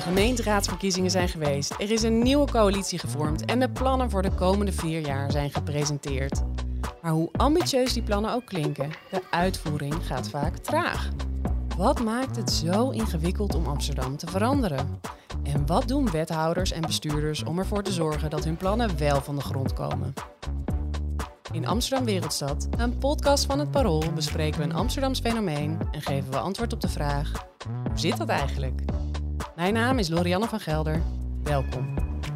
gemeenteraadsverkiezingen zijn geweest. Er is een nieuwe coalitie gevormd en de plannen voor de komende 4 jaar zijn gepresenteerd. Maar hoe ambitieus die plannen ook klinken, de uitvoering gaat vaak traag. Wat maakt het zo ingewikkeld om Amsterdam te veranderen? En wat doen wethouders en bestuurders om ervoor te zorgen dat hun plannen wel van de grond komen? In Amsterdam Wereldstad, een podcast van het Parool, bespreken we een Amsterdams fenomeen en geven we antwoord op de vraag: hoe zit dat eigenlijk? Mijn naam is Lorianne van Gelder. Welkom.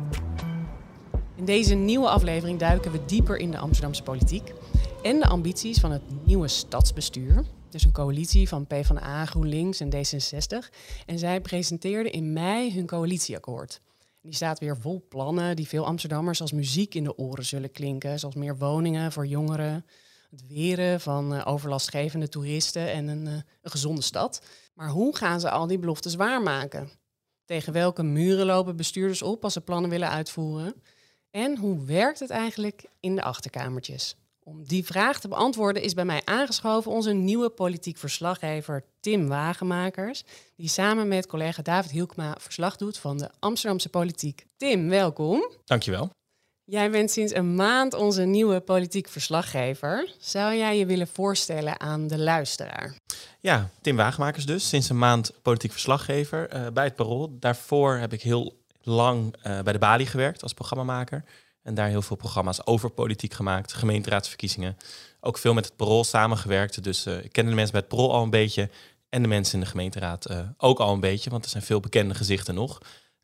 In deze nieuwe aflevering duiken we dieper in de Amsterdamse politiek en de ambities van het nieuwe stadsbestuur. Dus een coalitie van PvdA, GroenLinks en D66. En zij presenteerden in mei hun coalitieakkoord. Die staat weer vol plannen die veel Amsterdammers als muziek in de oren zullen klinken. Zoals meer woningen voor jongeren, het weren van overlastgevende toeristen en een gezonde stad. Maar hoe gaan ze al die beloftes waarmaken? Tegen welke muren lopen bestuurders op als ze plannen willen uitvoeren? En hoe werkt het eigenlijk in de achterkamertjes? Om die vraag te beantwoorden is bij mij aangeschoven onze nieuwe politiek verslaggever Tim Wagemakers, die samen met collega David Hielkema verslag doet van de Amsterdamse politiek. Tim, welkom. Dankjewel. Jij bent sinds een maand onze nieuwe politiek verslaggever. Zou jij je willen voorstellen aan de luisteraar? Ja, Tim Wagemakers dus. Sinds een maand politiek verslaggever bij het Parool. Daarvoor heb ik heel lang bij de Bali gewerkt als programmamaker. En daar heel veel programma's over politiek gemaakt, gemeenteraadsverkiezingen. Ook veel met het Parool samengewerkt. Dus ik ken de mensen bij het Parool al een beetje. En de mensen in de gemeenteraad ook al een beetje. Want er zijn veel bekende gezichten nog.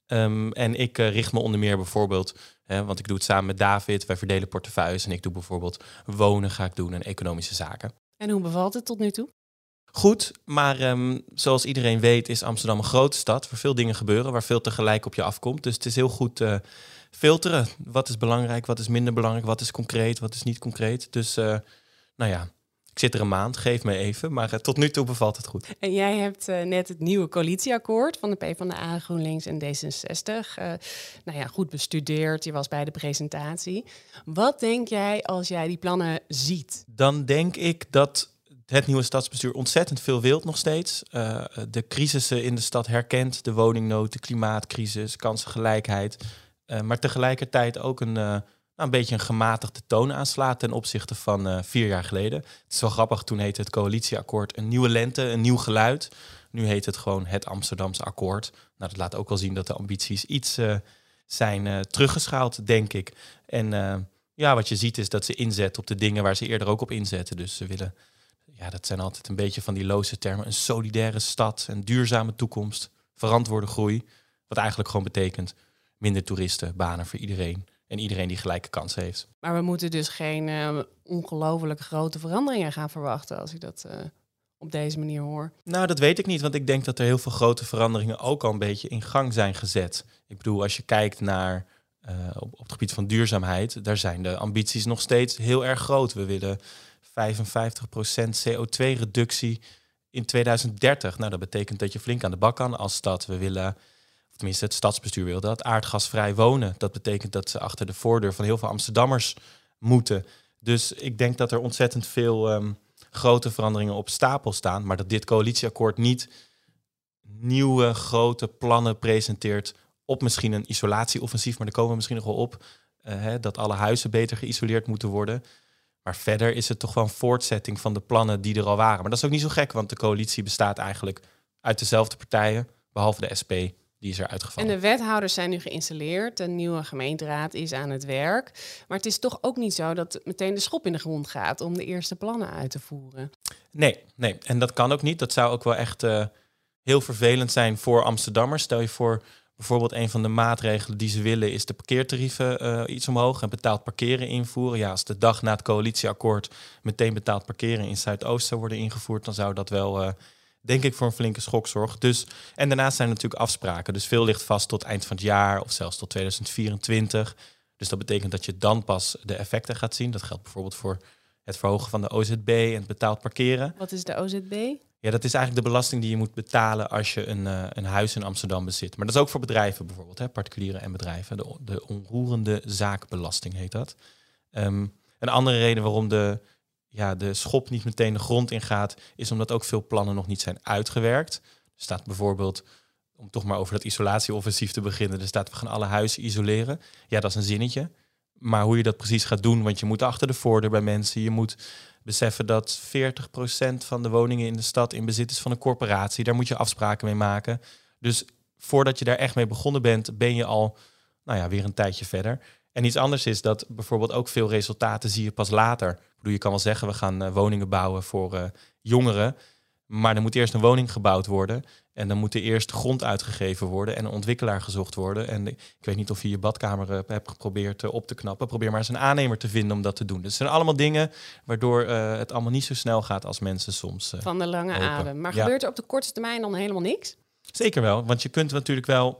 En ik richt me onder meer bijvoorbeeld, want ik doe het samen met David. Wij verdelen portefeuilles. En ik doe bijvoorbeeld wonen ga ik doen en economische zaken. En hoe bevalt het tot nu toe? Goed, maar zoals iedereen weet is Amsterdam een grote stad waar veel dingen gebeuren, waar veel tegelijk op je afkomt. Dus het is heel goed filteren. Wat is belangrijk, wat is minder belangrijk, wat is concreet, wat is niet concreet. Dus nou ja, ik zit er een maand, geef me even. Maar tot nu toe bevalt het goed. En jij hebt net het nieuwe coalitieakkoord van de PvdA, GroenLinks en D66 nou ja, goed bestudeerd. Je was bij de presentatie. Wat denk jij als jij die plannen ziet? Dan denk ik dat het nieuwe stadsbestuur ontzettend veel wil nog steeds. De crisissen in de stad herkent, de woningnood, de klimaatcrisis, kansengelijkheid. Maar tegelijkertijd ook een beetje een gematigde toon aanslaat ten opzichte van 4 jaar geleden. Het is wel grappig, toen heette het coalitieakkoord een nieuwe lente, een nieuw geluid. Nu heet het gewoon het Amsterdamse akkoord. Nou, dat laat ook wel zien dat de ambities iets zijn teruggeschaald, denk ik. En ja, wat je ziet is dat ze inzetten op de dingen waar ze eerder ook op inzetten. Dus ze willen, ja, dat zijn altijd een beetje van die loze termen, een solidaire stad, een duurzame toekomst, verantwoorde groei. Wat eigenlijk gewoon betekent minder toeristen, banen voor iedereen. En iedereen die gelijke kansen heeft. Maar we moeten dus geen ongelooflijk grote veranderingen gaan verwachten als ik dat op deze manier hoor. Nou, dat weet ik niet, want ik denk dat er heel veel grote veranderingen ook al een beetje in gang zijn gezet. Ik bedoel, als je kijkt naar op het gebied van duurzaamheid, daar zijn de ambities nog steeds heel erg groot. We willen 55% CO2-reductie in 2030. Nou, dat betekent dat je flink aan de bak kan als stad. We willen, of tenminste het stadsbestuur wil dat, aardgasvrij wonen. Dat betekent dat ze achter de voordeur van heel veel Amsterdammers moeten. Dus ik denk dat er ontzettend veel grote veranderingen op stapel staan. Maar dat dit coalitieakkoord niet nieuwe grote plannen presenteert op misschien een isolatieoffensief. Maar daar komen we misschien nog wel op. Dat alle huizen beter geïsoleerd moeten worden. Maar verder is het toch wel een voortzetting van de plannen die er al waren. Maar dat is ook niet zo gek, want de coalitie bestaat eigenlijk uit dezelfde partijen, behalve de SP. Die is er uitgevallen. En de wethouders zijn nu geïnstalleerd. De nieuwe gemeenteraad is aan het werk. Maar het is toch ook niet zo dat meteen de schop in de grond gaat om de eerste plannen uit te voeren. Nee. En dat kan ook niet. Dat zou ook wel echt heel vervelend zijn voor Amsterdammers. Stel je voor, bijvoorbeeld een van de maatregelen die ze willen is de parkeertarieven iets omhoog en betaald parkeren invoeren. Ja, als de dag na het coalitieakkoord meteen betaald parkeren in Zuidoost zou worden ingevoerd, dan zou dat wel denk ik voor een flinke schok zorgt. Dus, en daarnaast zijn er natuurlijk afspraken. Dus veel ligt vast tot eind van het jaar of zelfs tot 2024. Dus dat betekent dat je dan pas de effecten gaat zien. Dat geldt bijvoorbeeld voor het verhogen van de OZB en het betaald parkeren. Wat is de OZB? Ja, dat is eigenlijk de belasting die je moet betalen als je een huis in Amsterdam bezit. Maar dat is ook voor bedrijven bijvoorbeeld, particulieren en bedrijven. De onroerende zaakbelasting heet dat. Een andere reden waarom de schop niet meteen de grond ingaat, is omdat ook veel plannen nog niet zijn uitgewerkt. Er staat bijvoorbeeld om toch maar over dat isolatieoffensief te beginnen. Er staat, we gaan alle huizen isoleren. Ja, dat is een zinnetje. Maar hoe je dat precies gaat doen, want je moet achter de voordeur bij mensen. Je moet beseffen dat 40% van de woningen in de stad in bezit is van een corporatie. Daar moet je afspraken mee maken. Dus voordat je daar echt mee begonnen bent, ben je al weer een tijdje verder. En iets anders is dat bijvoorbeeld ook veel resultaten zie je pas later. Ik bedoel, je kan wel zeggen, we gaan woningen bouwen voor jongeren. Maar er moet eerst een woning gebouwd worden. En dan moet er eerst grond uitgegeven worden en een ontwikkelaar gezocht worden. En ik weet niet of je je badkamer hebt geprobeerd op te knappen. Probeer maar eens een aannemer te vinden om dat te doen. Dus het zijn allemaal dingen waardoor het allemaal niet zo snel gaat als mensen soms van de lange hopen. adem. Maar gebeurt er op de kortste termijn dan helemaal niks? Zeker wel, want je kunt natuurlijk wel...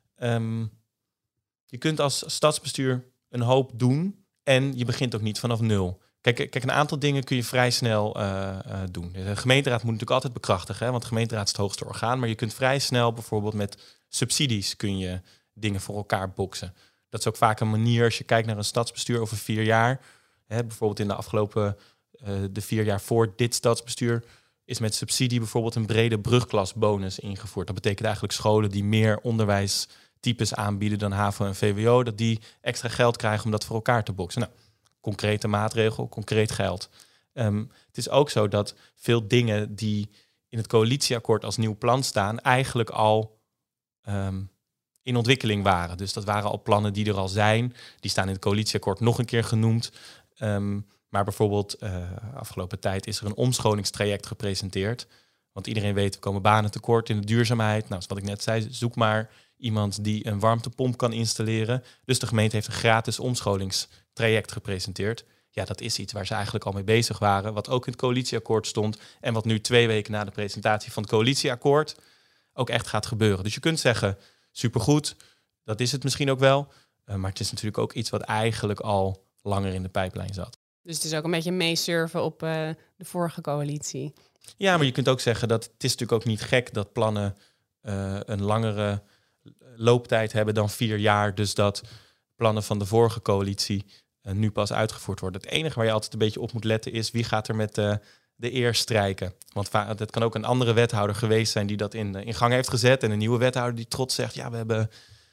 je kunt als stadsbestuur een hoop doen en je begint ook niet vanaf nul. Kijk, een aantal dingen kun je vrij snel doen. De gemeenteraad moet natuurlijk altijd bekrachtigen, hè, want de gemeenteraad is het hoogste orgaan. Maar je kunt vrij snel bijvoorbeeld met subsidies kun je dingen voor elkaar boksen. Dat is ook vaak een manier als je kijkt naar een stadsbestuur over 4 jaar. Hè, bijvoorbeeld in de afgelopen de 4 jaar voor dit stadsbestuur is met subsidie bijvoorbeeld een brede brugklasbonus ingevoerd. Dat betekent eigenlijk scholen die meer onderwijstypes aanbieden dan HAVO en VWO, dat die extra geld krijgen om dat voor elkaar te boksen. Nou, concrete maatregel, concreet geld. Het is ook zo dat veel dingen die in het coalitieakkoord als nieuw plan staan, eigenlijk al in ontwikkeling waren. Dus dat waren al plannen die er al zijn. Die staan in het coalitieakkoord nog een keer genoemd. Maar bijvoorbeeld afgelopen tijd is er een omscholingstraject gepresenteerd. Want iedereen weet, er komen banen tekort in de duurzaamheid. Nou, wat ik net zei, zoek maar iemand die een warmtepomp kan installeren. Dus de gemeente heeft een gratis omscholingstraject gepresenteerd. Ja, dat is iets waar ze eigenlijk al mee bezig waren. Wat ook in het coalitieakkoord stond. En wat nu 2 weken na de presentatie van het coalitieakkoord ook echt gaat gebeuren. Dus je kunt zeggen, supergoed, dat is het misschien ook wel. Maar het is natuurlijk ook iets wat eigenlijk al langer in de pijplijn zat. Dus het is ook een beetje meesurfen op de vorige coalitie. Ja, maar je kunt ook zeggen dat het is natuurlijk ook niet gek dat plannen een langere looptijd hebben dan 4 jaar. Dus dat plannen van de vorige coalitie nu pas uitgevoerd worden. Het enige waar je altijd een beetje op moet letten is wie gaat er met de eer strijken. Want het kan ook een andere wethouder geweest zijn die dat in gang heeft gezet. En een nieuwe wethouder die trots zegt, ja, we hebben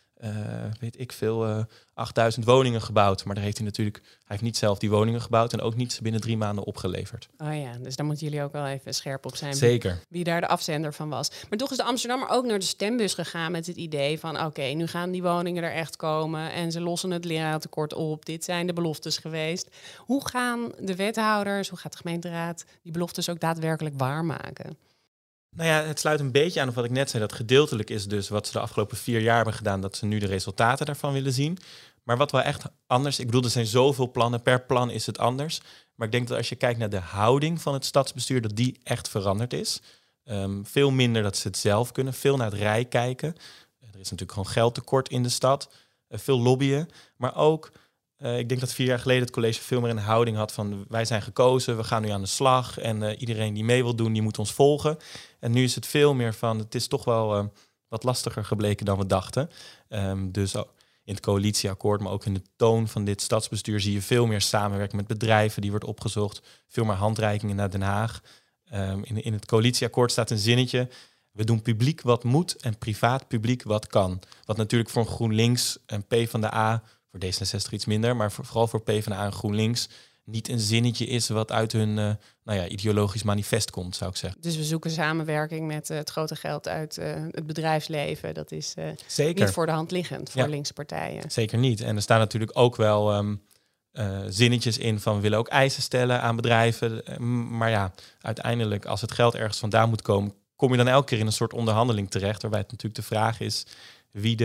8000 woningen gebouwd. Maar daar heeft hij heeft niet zelf die woningen gebouwd en ook niet binnen 3 maanden opgeleverd. Oh ja, dus daar moeten jullie ook wel even scherp op zijn. Zeker. Wie daar de afzender van was. Maar toch is de Amsterdammer ook naar de stembus gegaan met het idee van oké, nu gaan die woningen er echt komen en ze lossen het leraartekort op. Dit zijn de beloftes geweest. Hoe gaan de wethouders, hoe gaat de gemeenteraad die beloftes ook daadwerkelijk waarmaken? Nou ja, het sluit een beetje aan op wat ik net zei. Dat gedeeltelijk is dus wat ze de afgelopen 4 jaar hebben gedaan, dat ze nu de resultaten daarvan willen zien. Maar wat wel echt anders, ik bedoel, er zijn zoveel plannen, per plan is het anders. Maar ik denk dat als je kijkt naar de houding van het stadsbestuur, dat die echt veranderd is. Veel minder dat ze het zelf kunnen, veel naar het Rijk kijken. Er is natuurlijk gewoon geldtekort in de stad, veel lobbyen. Maar ook, ik denk dat 4 jaar geleden het college veel meer een houding had van wij zijn gekozen, we gaan nu aan de slag en iedereen die mee wil doen, die moet ons volgen. En nu is het veel meer van, het is toch wel wat lastiger gebleken dan we dachten. Dus in het coalitieakkoord, maar ook in de toon van dit stadsbestuur zie je veel meer samenwerking met bedrijven, die wordt opgezocht. Veel meer handreikingen naar Den Haag. In het coalitieakkoord staat een zinnetje, we doen publiek wat moet en privaat publiek wat kan. Wat natuurlijk voor GroenLinks en PvdA, voor D66 iets minder, maar vooral voor PvdA en GroenLinks niet een zinnetje is wat uit hun ideologisch manifest komt, zou ik zeggen. Dus we zoeken samenwerking met het grote geld uit het bedrijfsleven. Dat is Zeker niet voor de hand liggend voor linkse partijen. Zeker niet. En er staan natuurlijk ook wel zinnetjes in van we willen ook eisen stellen aan bedrijven. Maar ja, uiteindelijk als het geld ergens vandaan moet komen, kom je dan elke keer in een soort onderhandeling terecht, waarbij het natuurlijk de vraag is wie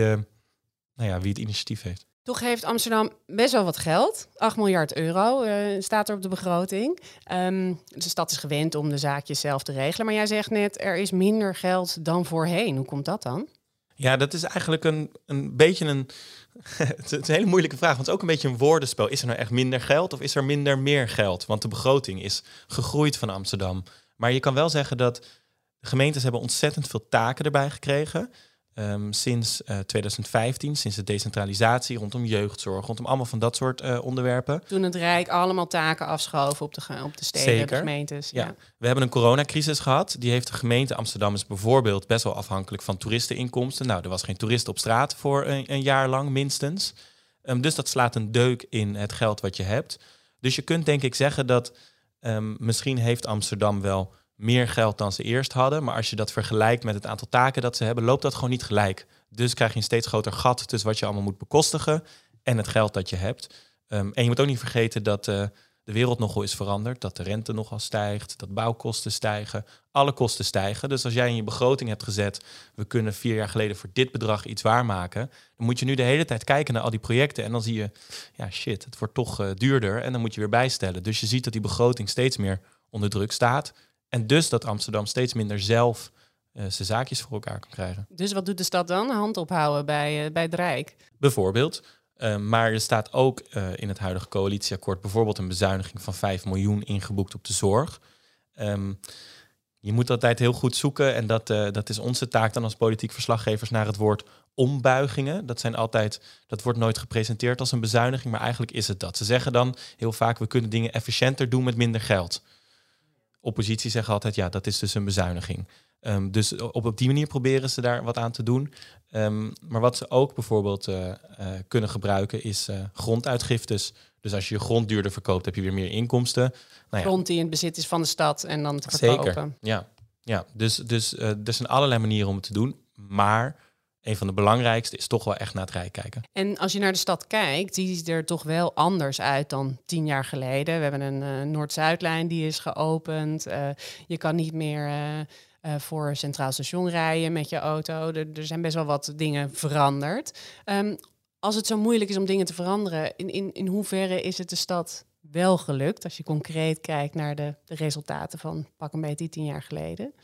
het initiatief heeft. Toch heeft Amsterdam best wel wat geld. 8 miljard euro staat er op de begroting. De stad is gewend om de zaakjes zelf te regelen. Maar jij zegt net, er is minder geld dan voorheen. Hoe komt dat dan? Ja, dat is eigenlijk een beetje een... Het is een hele moeilijke vraag, want het is ook een beetje een woordenspel. Is er nou echt minder geld of is er meer geld? Want de begroting is gegroeid van Amsterdam. Maar je kan wel zeggen dat de gemeentes hebben ontzettend veel taken erbij gekregen. sinds 2015, sinds de decentralisatie rondom jeugdzorg, rondom allemaal van dat soort onderwerpen. Toen het Rijk allemaal taken afschoof op de steden, Zeker. de gemeentes. Ja. We hebben een coronacrisis gehad. Die heeft de gemeente Amsterdam is bijvoorbeeld best wel afhankelijk van toeristeninkomsten. Nou, er was geen toerist op straat voor een jaar lang minstens. Dus dat slaat een deuk in het geld wat je hebt. Dus je kunt denk ik zeggen dat misschien heeft Amsterdam wel meer geld dan ze eerst hadden. Maar als je dat vergelijkt met het aantal taken dat ze hebben, loopt dat gewoon niet gelijk. Dus krijg je een steeds groter gat tussen wat je allemaal moet bekostigen en het geld dat je hebt. En je moet ook niet vergeten dat de wereld nogal is veranderd. Dat de rente nogal stijgt, dat bouwkosten stijgen. Alle kosten stijgen. Dus als jij in je begroting hebt gezet, we kunnen 4 jaar geleden voor dit bedrag iets waarmaken, dan moet je nu de hele tijd kijken naar al die projecten. En dan zie je, ja shit, het wordt toch duurder. En dan moet je weer bijstellen. Dus je ziet dat die begroting steeds meer onder druk staat. En dus dat Amsterdam steeds minder zelf zijn zaakjes voor elkaar kan krijgen. Dus wat doet de stad dan? Hand ophouden bij het Rijk? Bijvoorbeeld. Maar er staat ook in het huidige coalitieakkoord bijvoorbeeld een bezuiniging van 5 miljoen ingeboekt op de zorg. Je moet altijd heel goed zoeken en dat is onze taak dan als politiek verslaggevers naar het woord ombuigingen. Dat wordt nooit gepresenteerd als een bezuiniging, maar eigenlijk is het dat. Ze zeggen dan heel vaak, we kunnen dingen efficiënter doen met minder geld. Oppositie zeggen altijd, ja, dat is dus een bezuiniging. Dus op die manier proberen ze daar wat aan te doen. Maar wat ze ook bijvoorbeeld kunnen gebruiken is gronduitgiftes. Dus als je je grond duurder verkoopt, heb je weer meer inkomsten. Nou ja. Grond die in het bezit is van de stad en dan te verkopen. Zeker, ja. Dus er zijn allerlei manieren om het te doen. Maar een van de belangrijkste is toch wel echt naar het Rijk kijken. En als je naar de stad kijkt, die ziet er toch wel anders uit dan 10 jaar geleden. We hebben een Noord-Zuidlijn die is geopend. Je kan niet meer voor Centraal Station rijden met je auto. Er zijn best wel wat dingen veranderd. Als het zo moeilijk is om dingen te veranderen, in hoeverre is het de stad wel gelukt? Als je concreet kijkt naar de resultaten van pak een beetje 10 jaar geleden.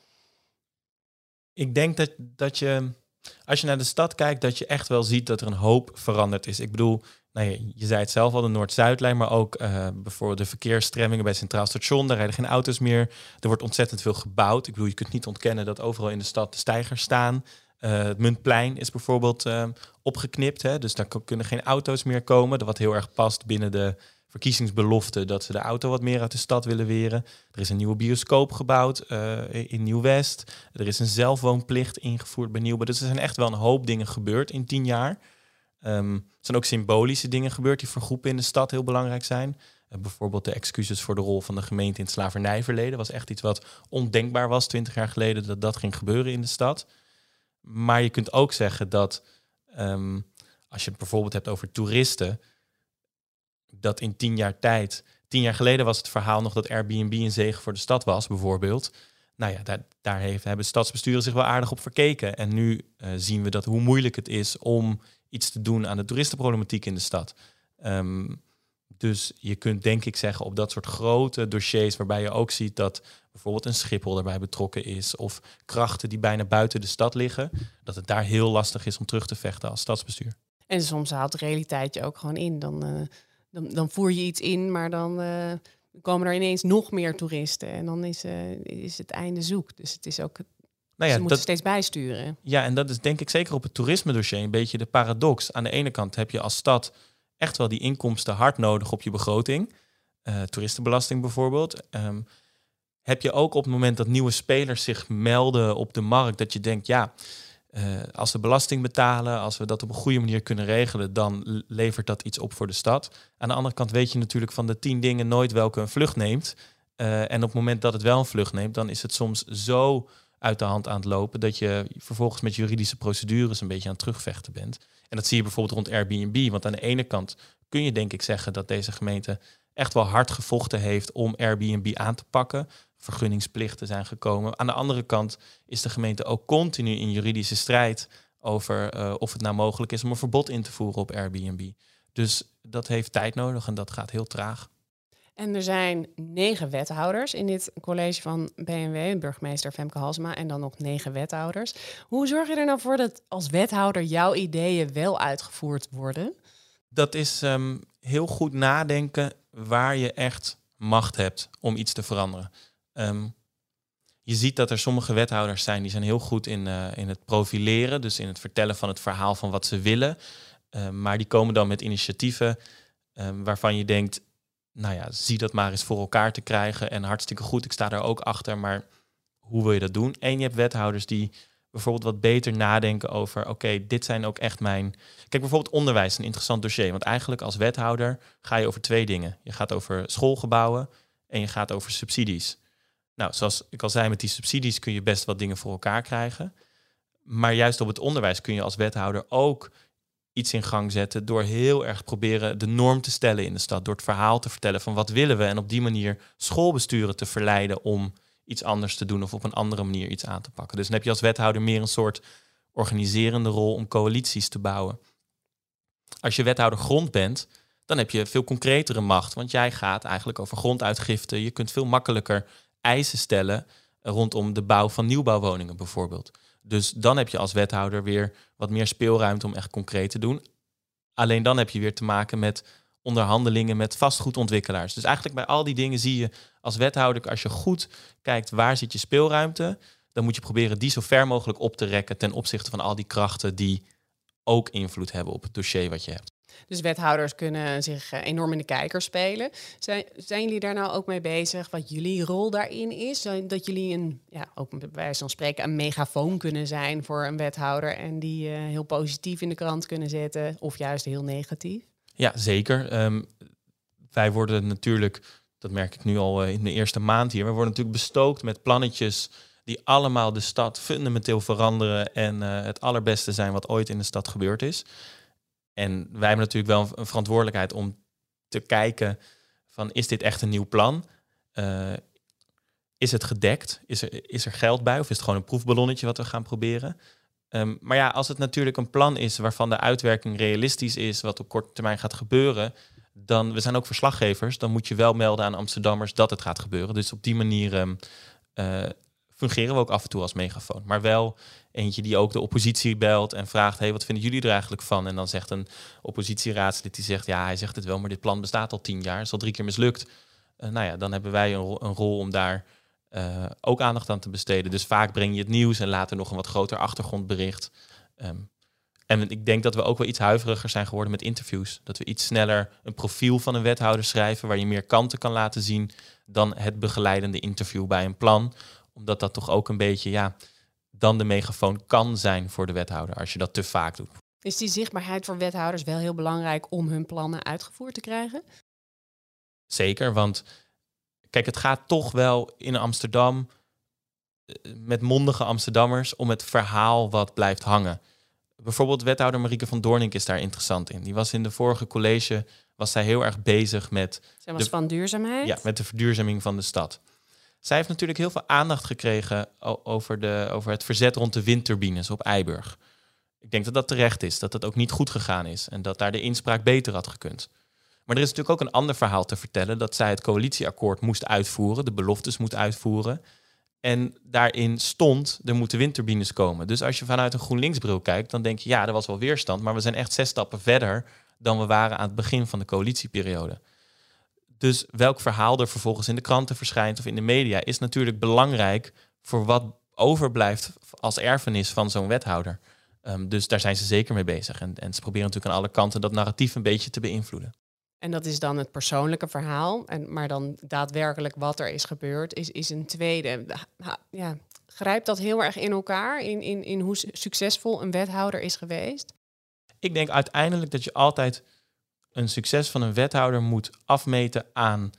Ik denk dat je, als je naar de stad kijkt, dat je echt wel ziet dat er een hoop veranderd is. Ik bedoel, je zei het zelf al, de Noord-Zuidlijn, maar ook bijvoorbeeld de verkeersstremmingen bij Centraal Station. Daar rijden geen auto's meer. Er wordt ontzettend veel gebouwd. Ik bedoel, je kunt niet ontkennen dat overal in de stad de steigers staan. Het Muntplein is bijvoorbeeld opgeknipt. Hè? Dus daar kunnen geen auto's meer komen. Wat heel erg past binnen de verkiezingsbelofte dat ze de auto wat meer uit de stad willen weren. Er is een nieuwe bioscoop gebouwd in Nieuw-West. Er is een zelfwoonplicht ingevoerd bij Nieuwbouw. Dus er zijn echt wel een hoop dingen gebeurd in 10 jaar. Er zijn ook symbolische dingen gebeurd die voor groepen in de stad heel belangrijk zijn. Bijvoorbeeld de excuses voor de rol van de gemeente in het slavernijverleden. Was echt iets wat ondenkbaar was 20 jaar geleden dat ging gebeuren in de stad. Maar je kunt ook zeggen dat als je het bijvoorbeeld hebt over toeristen, dat in 10 jaar tijd, 10 jaar geleden was het verhaal nog dat Airbnb een zegen voor de stad was, bijvoorbeeld. Nou ja, daar hebben stadsbesturen zich wel aardig op verkeken. En nu zien we dat hoe moeilijk het is om iets te doen aan de toeristenproblematiek in de stad. Dus je kunt denk ik zeggen op dat soort grote dossiers waarbij je ook ziet dat bijvoorbeeld een Schiphol erbij betrokken is of krachten die bijna buiten de stad liggen, dat het daar heel lastig is om terug te vechten als stadsbestuur. En soms haalt de realiteit je ook gewoon in. Dan voer je iets in, maar dan komen er ineens nog meer toeristen. En dan is het einde zoek. Dus het is ook, ze moeten steeds bijsturen. Ja, en dat is denk ik zeker op het toerisme-dossier een beetje de paradox. Aan de ene kant heb je als stad echt wel die inkomsten hard nodig op je begroting. Toeristenbelasting bijvoorbeeld. Heb je ook op het moment dat nieuwe spelers zich melden op de markt, dat je denkt, ja, als we belasting betalen, als we dat op een goede manier kunnen regelen, dan levert dat iets op voor de stad. Aan de andere kant weet je natuurlijk van de 10 dingen nooit welke een vlucht neemt. En op het moment dat het wel een vlucht neemt, dan is het soms zo uit de hand aan het lopen dat je vervolgens met juridische procedures een beetje aan het terugvechten bent. En dat zie je bijvoorbeeld rond Airbnb. Want aan de ene kant kun je denk ik zeggen dat deze gemeente echt wel hard gevochten heeft om Airbnb aan te pakken. Vergunningsplichten zijn gekomen. Aan de andere kant is de gemeente ook continu in juridische strijd over of het nou mogelijk is om een verbod in te voeren op Airbnb. Dus dat heeft tijd nodig en dat gaat heel traag. En er zijn 9 wethouders in dit college van BNW, burgemeester Femke Halsema en dan nog 9 wethouders. Hoe zorg je er nou voor dat als wethouder jouw ideeën wel uitgevoerd worden? Dat is heel goed nadenken waar je echt macht hebt om iets te veranderen. Je ziet dat er sommige wethouders zijn die zijn heel goed in het profileren. Dus in het vertellen van het verhaal van wat ze willen. Maar die komen dan met initiatieven waarvan je denkt, nou ja, zie dat maar eens voor elkaar te krijgen. En hartstikke goed, ik sta daar ook achter. Maar hoe wil je dat doen? En je hebt wethouders die bijvoorbeeld wat beter nadenken over, oké, dit zijn ook echt mijn... Kijk, bijvoorbeeld onderwijs, een interessant dossier. Want eigenlijk als wethouder ga je over 2 dingen. Je gaat over schoolgebouwen en je gaat over subsidies. Nou, zoals ik al zei, met die subsidies kun je best wat dingen voor elkaar krijgen. Maar juist op het onderwijs kun je als wethouder ook iets in gang zetten door heel erg proberen de norm te stellen in de stad. Door het verhaal te vertellen van wat willen we en op die manier schoolbesturen te verleiden om iets anders te doen of op een andere manier iets aan te pakken. Dus dan heb je als wethouder meer een soort organiserende rol om coalities te bouwen. Als je wethouder grond bent, dan heb je veel concretere macht, want jij gaat eigenlijk over gronduitgifte. Je kunt veel makkelijker eisen stellen rondom de bouw van nieuwbouwwoningen bijvoorbeeld. Dus dan heb je als wethouder weer wat meer speelruimte om echt concreet te doen. Alleen dan heb je weer te maken met onderhandelingen met vastgoedontwikkelaars. Dus eigenlijk bij al die dingen zie je als wethouder, als je goed kijkt waar zit je speelruimte, dan moet je proberen die zo ver mogelijk op te rekken ten opzichte van al die krachten die ook invloed hebben op het dossier wat je hebt. Dus wethouders kunnen zich enorm in de kijker spelen. Zijn jullie daar nou ook mee bezig? Wat jullie rol daarin is? Dat jullie ook bij wijze van spreken een megafoon kunnen zijn voor een wethouder en die heel positief in de krant kunnen zetten of juist heel negatief? Ja, zeker. Wij worden natuurlijk, dat merk ik nu al in de eerste maand hier, we worden natuurlijk bestookt met plannetjes die allemaal de stad fundamenteel veranderen en het allerbeste zijn wat ooit in de stad gebeurd is. En wij hebben natuurlijk wel een verantwoordelijkheid om te kijken van, is dit echt een nieuw plan? Is het gedekt? Is er geld bij? Of is het gewoon een proefballonnetje wat we gaan proberen? Maar ja, als het natuurlijk een plan is waarvan de uitwerking realistisch is, wat op korte termijn gaat gebeuren, dan, we zijn ook verslaggevers, dan moet je wel melden aan Amsterdammers dat het gaat gebeuren. Dus op die manier fungeren we ook af en toe als megafoon. Maar wel eentje die ook de oppositie belt en vraagt, hey, wat vinden jullie er eigenlijk van? En dan zegt een oppositieraadslid, die zegt, ja, hij zegt het wel, maar dit plan bestaat al 10 jaar, is al 3 keer mislukt. Dan hebben wij een rol om daar ook aandacht aan te besteden. Dus vaak breng je het nieuws en later nog een wat groter achtergrondbericht. En ik denk dat we ook wel iets huiveriger zijn geworden met interviews. Dat we iets sneller een profiel van een wethouder schrijven waar je meer kanten kan laten zien dan het begeleidende interview bij een plan. Omdat dat toch ook een beetje, dan de megafoon kan zijn voor de wethouder als je dat te vaak doet. Is die zichtbaarheid voor wethouders wel heel belangrijk om hun plannen uitgevoerd te krijgen? Zeker, want kijk, het gaat toch wel in Amsterdam met mondige Amsterdammers om het verhaal wat blijft hangen. Bijvoorbeeld wethouder Marieke van Doornink is daar interessant in. Die was in de vorige college, was zij heel erg bezig met Zij was van duurzaamheid? Ja, met de verduurzaming van de stad. Zij heeft natuurlijk heel veel aandacht gekregen over het verzet rond de windturbines op Eiburg. Ik denk dat dat terecht is, dat dat ook niet goed gegaan is en dat daar de inspraak beter had gekund. Maar er is natuurlijk ook een ander verhaal te vertellen, dat zij het coalitieakkoord moest uitvoeren, de beloftes moet uitvoeren. En daarin stond, er moeten windturbines komen. Dus als je vanuit een GroenLinks-bril kijkt, dan denk je, ja, er was wel weerstand, maar we zijn echt 6 stappen verder dan we waren aan het begin van de coalitieperiode. Dus welk verhaal er vervolgens in de kranten verschijnt of in de media is natuurlijk belangrijk voor wat overblijft als erfenis van zo'n wethouder. Dus daar zijn ze zeker mee bezig. En ze proberen natuurlijk aan alle kanten dat narratief een beetje te beïnvloeden. En dat is dan het persoonlijke verhaal. Maar dan daadwerkelijk wat er is gebeurd is een tweede. Grijpt dat heel erg in elkaar? In hoe succesvol een wethouder is geweest? Ik denk uiteindelijk dat je altijd een succes van een wethouder moet afmeten aan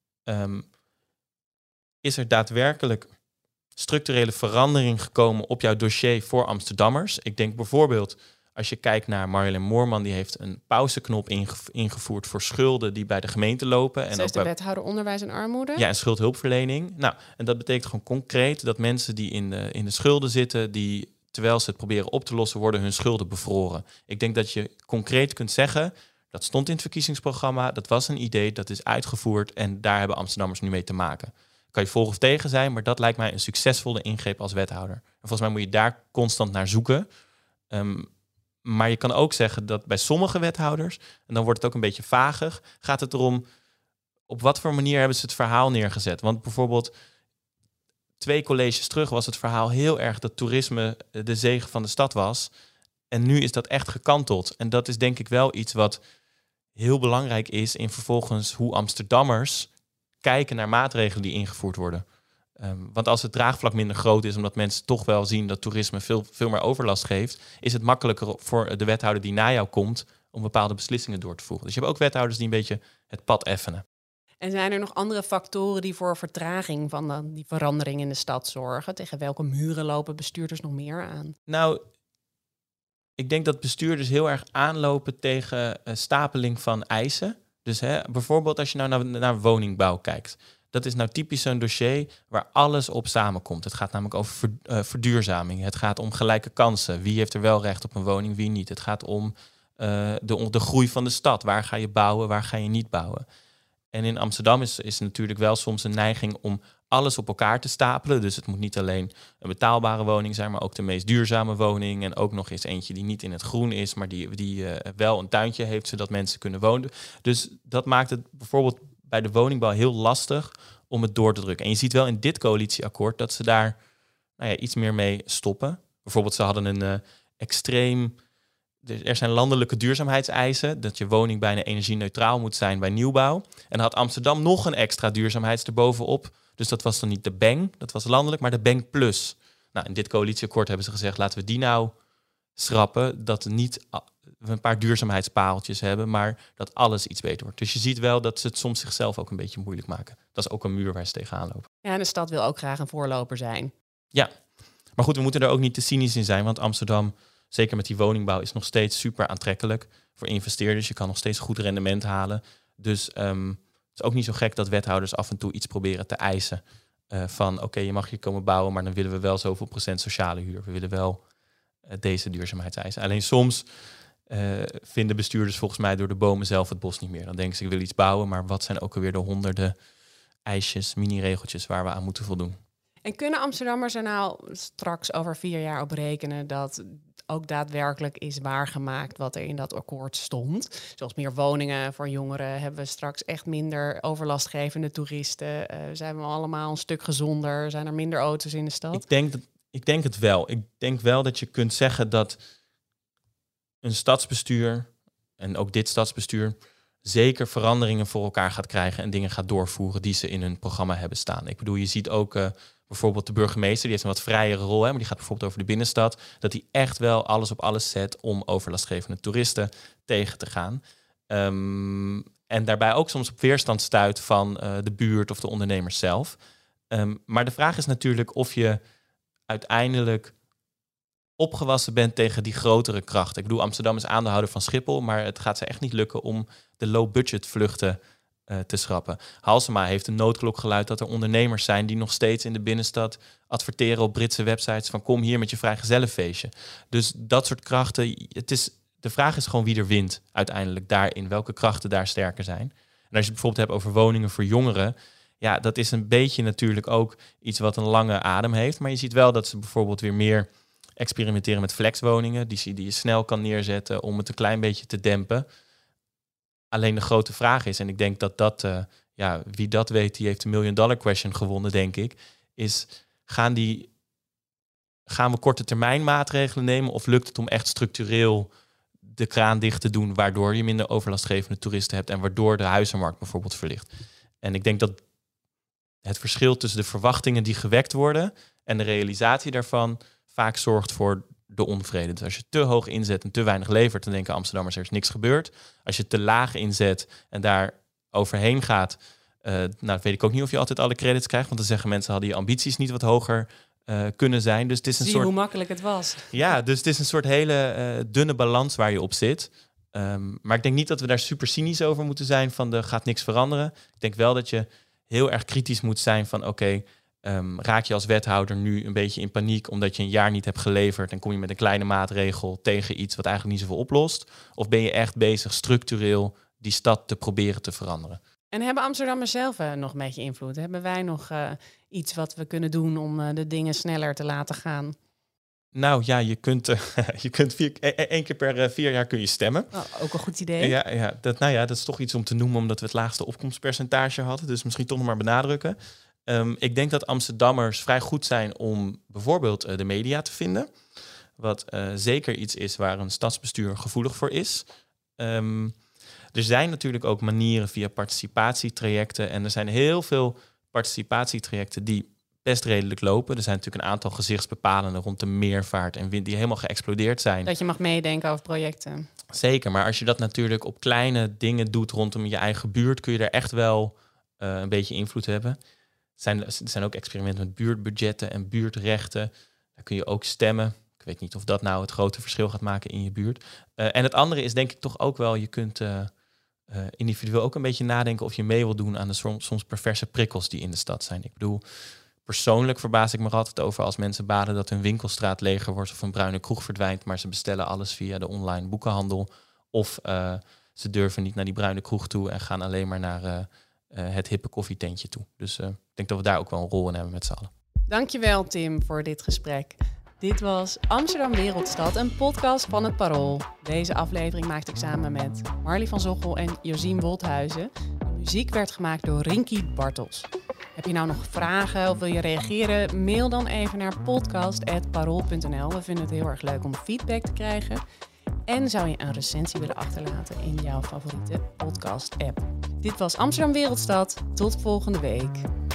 is er daadwerkelijk structurele verandering gekomen op jouw dossier voor Amsterdammers. Ik denk bijvoorbeeld, als je kijkt naar Marjolein Moorman, die heeft een pauzeknop ingevoerd voor schulden die bij de gemeente lopen. Zij is de wethouder onderwijs en armoede. Ja, en schuldhulpverlening. Nou, en dat betekent gewoon concreet dat mensen die in de schulden zitten, die terwijl ze het proberen op te lossen, worden hun schulden bevroren. Ik denk dat je concreet kunt zeggen, dat stond in het verkiezingsprogramma, dat was een idee, dat is uitgevoerd en daar hebben Amsterdammers nu mee te maken. Kan je volg of tegen zijn, maar dat lijkt mij een succesvolle ingreep als wethouder. En volgens mij moet je daar constant naar zoeken. Maar je kan ook zeggen dat bij sommige wethouders, en dan wordt het ook een beetje vagig, gaat het erom op wat voor manier hebben ze het verhaal neergezet. Want bijvoorbeeld 2 colleges terug was het verhaal heel erg dat toerisme de zegen van de stad was. En nu is dat echt gekanteld. En dat is denk ik wel iets wat heel belangrijk is in vervolgens hoe Amsterdammers kijken naar maatregelen die ingevoerd worden. Want als het draagvlak minder groot is, omdat mensen toch wel zien dat toerisme veel meer overlast geeft, is het makkelijker voor de wethouder die na jou komt om bepaalde beslissingen door te voeren. Dus je hebt ook wethouders die een beetje het pad effenen. En zijn er nog andere factoren die voor vertraging van die verandering in de stad zorgen? Tegen welke muren lopen bestuurders nog meer aan? Nou, ik denk dat bestuurders heel erg aanlopen tegen stapeling van eisen. Dus bijvoorbeeld als je nou naar woningbouw kijkt. Dat is nou typisch zo'n dossier waar alles op samenkomt. Het gaat namelijk over verduurzaming. Het gaat om gelijke kansen. Wie heeft er wel recht op een woning, wie niet. Het gaat om de groei van de stad. Waar ga je bouwen, waar ga je niet bouwen. En in Amsterdam is natuurlijk wel soms een neiging om alles op elkaar te stapelen. Dus het moet niet alleen een betaalbare woning zijn, maar ook de meest duurzame woning. En ook nog eens eentje die niet in het groen is, maar die wel een tuintje heeft, zodat mensen kunnen wonen. Dus dat maakt het bijvoorbeeld bij de woningbouw heel lastig om het door te drukken. En je ziet wel in dit coalitieakkoord dat ze daar iets meer mee stoppen. Bijvoorbeeld ze hadden een extreem... Er zijn landelijke duurzaamheidseisen, dat je woning bijna energie-neutraal moet zijn bij nieuwbouw. En dan had Amsterdam nog een extra duurzaamheids erbovenop. Dus dat was dan niet de BENG, dat was landelijk, maar de BENG Plus. Nou, in dit coalitieakkoord hebben ze gezegd, laten we die nou schrappen. Dat we niet een paar duurzaamheidspareltjes hebben, maar dat alles iets beter wordt. Dus je ziet wel dat ze het soms zichzelf ook een beetje moeilijk maken. Dat is ook een muur waar ze tegenaan lopen. Ja, en de stad wil ook graag een voorloper zijn. Ja, maar goed, we moeten er ook niet te cynisch in zijn, want Amsterdam, zeker met die woningbouw, is nog steeds super aantrekkelijk voor investeerders. Je kan nog steeds goed rendement halen. Dus het is ook niet zo gek dat wethouders af en toe iets proberen te eisen. Van oké, je mag hier komen bouwen, maar dan willen we wel zoveel procent sociale huur. We willen wel deze duurzaamheidseisen. Alleen soms vinden bestuurders volgens mij door de bomen zelf het bos niet meer. Dan denken ze, ik wil iets bouwen, maar wat zijn ook alweer de honderden eisjes, mini-regeltjes waar we aan moeten voldoen? En kunnen Amsterdammers er nou straks over 4 jaar op rekenen dat ook daadwerkelijk is waargemaakt wat er in dat akkoord stond? Zoals meer woningen voor jongeren, hebben we straks echt minder overlastgevende toeristen? Zijn we allemaal een stuk gezonder? Zijn er minder auto's in de stad? Ik denk het wel. Ik denk wel dat je kunt zeggen dat een stadsbestuur, en ook dit stadsbestuur, zeker veranderingen voor elkaar gaat krijgen en dingen gaat doorvoeren die ze in hun programma hebben staan. Ik bedoel, je ziet ook bijvoorbeeld de burgemeester, die heeft een wat vrijere rol, maar die gaat bijvoorbeeld over de binnenstad, dat hij echt wel alles op alles zet om overlastgevende toeristen tegen te gaan. En daarbij ook soms op weerstand stuit van de buurt of de ondernemers zelf. Maar de vraag is natuurlijk of je uiteindelijk opgewassen bent tegen die grotere krachten. Ik bedoel, Amsterdam is aandeelhouder van Schiphol, maar het gaat ze echt niet lukken om de low-budget vluchten te schrappen. Halsema heeft een noodklok geluid dat er ondernemers zijn die nog steeds in de binnenstad adverteren op Britse websites van kom hier met je vrijgezellenfeestje. Dus dat soort krachten, de vraag is gewoon wie er wint uiteindelijk daarin, welke krachten daar sterker zijn. En als je het bijvoorbeeld hebt over woningen voor jongeren, ja, dat is een beetje natuurlijk ook iets wat een lange adem heeft, maar je ziet wel dat ze bijvoorbeeld weer meer experimenteren met flexwoningen, die je snel kan neerzetten om het een klein beetje te dempen. Alleen de grote vraag is, en ik denk dat wie dat weet, die heeft de $1 million question gewonnen, denk ik, is gaan we korte termijn maatregelen nemen of lukt het om echt structureel de kraan dicht te doen, waardoor je minder overlastgevende toeristen hebt en waardoor de huizenmarkt bijvoorbeeld verlicht. En ik denk dat het verschil tussen de verwachtingen die gewekt worden en de realisatie daarvan vaak zorgt voor de onvrede. Dus als je te hoog inzet en te weinig levert, dan denken Amsterdammers er is niks gebeurd. Als je te laag inzet en daar overheen gaat, weet ik ook niet of je altijd alle credits krijgt, want dan zeggen mensen hadden je ambities niet wat hoger kunnen zijn. Dus het is een soort, hoe makkelijk het was. Ja, dus het is een soort hele dunne balans waar je op zit. Maar ik denk niet dat we daar super cynisch over moeten zijn van er gaat niks veranderen. Ik denk wel dat je heel erg kritisch moet zijn van oké, raak je als wethouder nu een beetje in paniek omdat je een jaar niet hebt geleverd en kom je met een kleine maatregel tegen iets wat eigenlijk niet zoveel oplost? Of ben je echt bezig structureel die stad te proberen te veranderen? En hebben Amsterdammers zelf nog een beetje invloed? Hebben wij nog iets wat we kunnen doen om de dingen sneller te laten gaan? Nou ja, je kunt 1 keer per 4 jaar kun je stemmen. Oh, ook een goed idee. Dat is toch iets om te noemen omdat we het laagste opkomstpercentage hadden. Dus misschien toch nog maar benadrukken. Ik denk dat Amsterdammers vrij goed zijn om bijvoorbeeld de media te vinden. Wat zeker iets is waar een stadsbestuur gevoelig voor is. Er zijn natuurlijk ook manieren via participatietrajecten. En er zijn heel veel participatietrajecten die best redelijk lopen. Er zijn natuurlijk een aantal gezichtsbepalenden rond de meervaart en wind die helemaal geëxplodeerd zijn. Dat je mag meedenken over projecten. Zeker, maar als je dat natuurlijk op kleine dingen doet rondom je eigen buurt, kun je er echt wel een beetje invloed hebben. Er zijn ook experimenten met buurtbudgetten en buurtrechten. Daar kun je ook stemmen. Ik weet niet of dat nou het grote verschil gaat maken in je buurt. En het andere is denk ik toch ook wel, je kunt individueel ook een beetje nadenken of je mee wil doen aan de soms perverse prikkels die in de stad zijn. Ik bedoel, persoonlijk verbaas ik me altijd over als mensen baden dat hun winkelstraat leger wordt of een bruine kroeg verdwijnt, maar ze bestellen alles via de online boekenhandel. Of ze durven niet naar die bruine kroeg toe en gaan alleen maar naar het hippe koffietentje toe. Dus ik denk dat we daar ook wel een rol in hebben met z'n allen. Dankjewel Tim voor dit gesprek. Dit was Amsterdam Wereldstad, een podcast van het Parool. Deze aflevering maakte ik samen met Marley van Zochel en Josien Wolthuizen. De muziek werd gemaakt door Rinky Bartels. Heb je nou nog vragen of wil je reageren? Mail dan even naar podcast@parool.nl. We vinden het heel erg leuk om feedback te krijgen. En zou je een recensie willen achterlaten in jouw favoriete podcast-app. Dit was Amsterdam Wereldstad. Tot volgende week.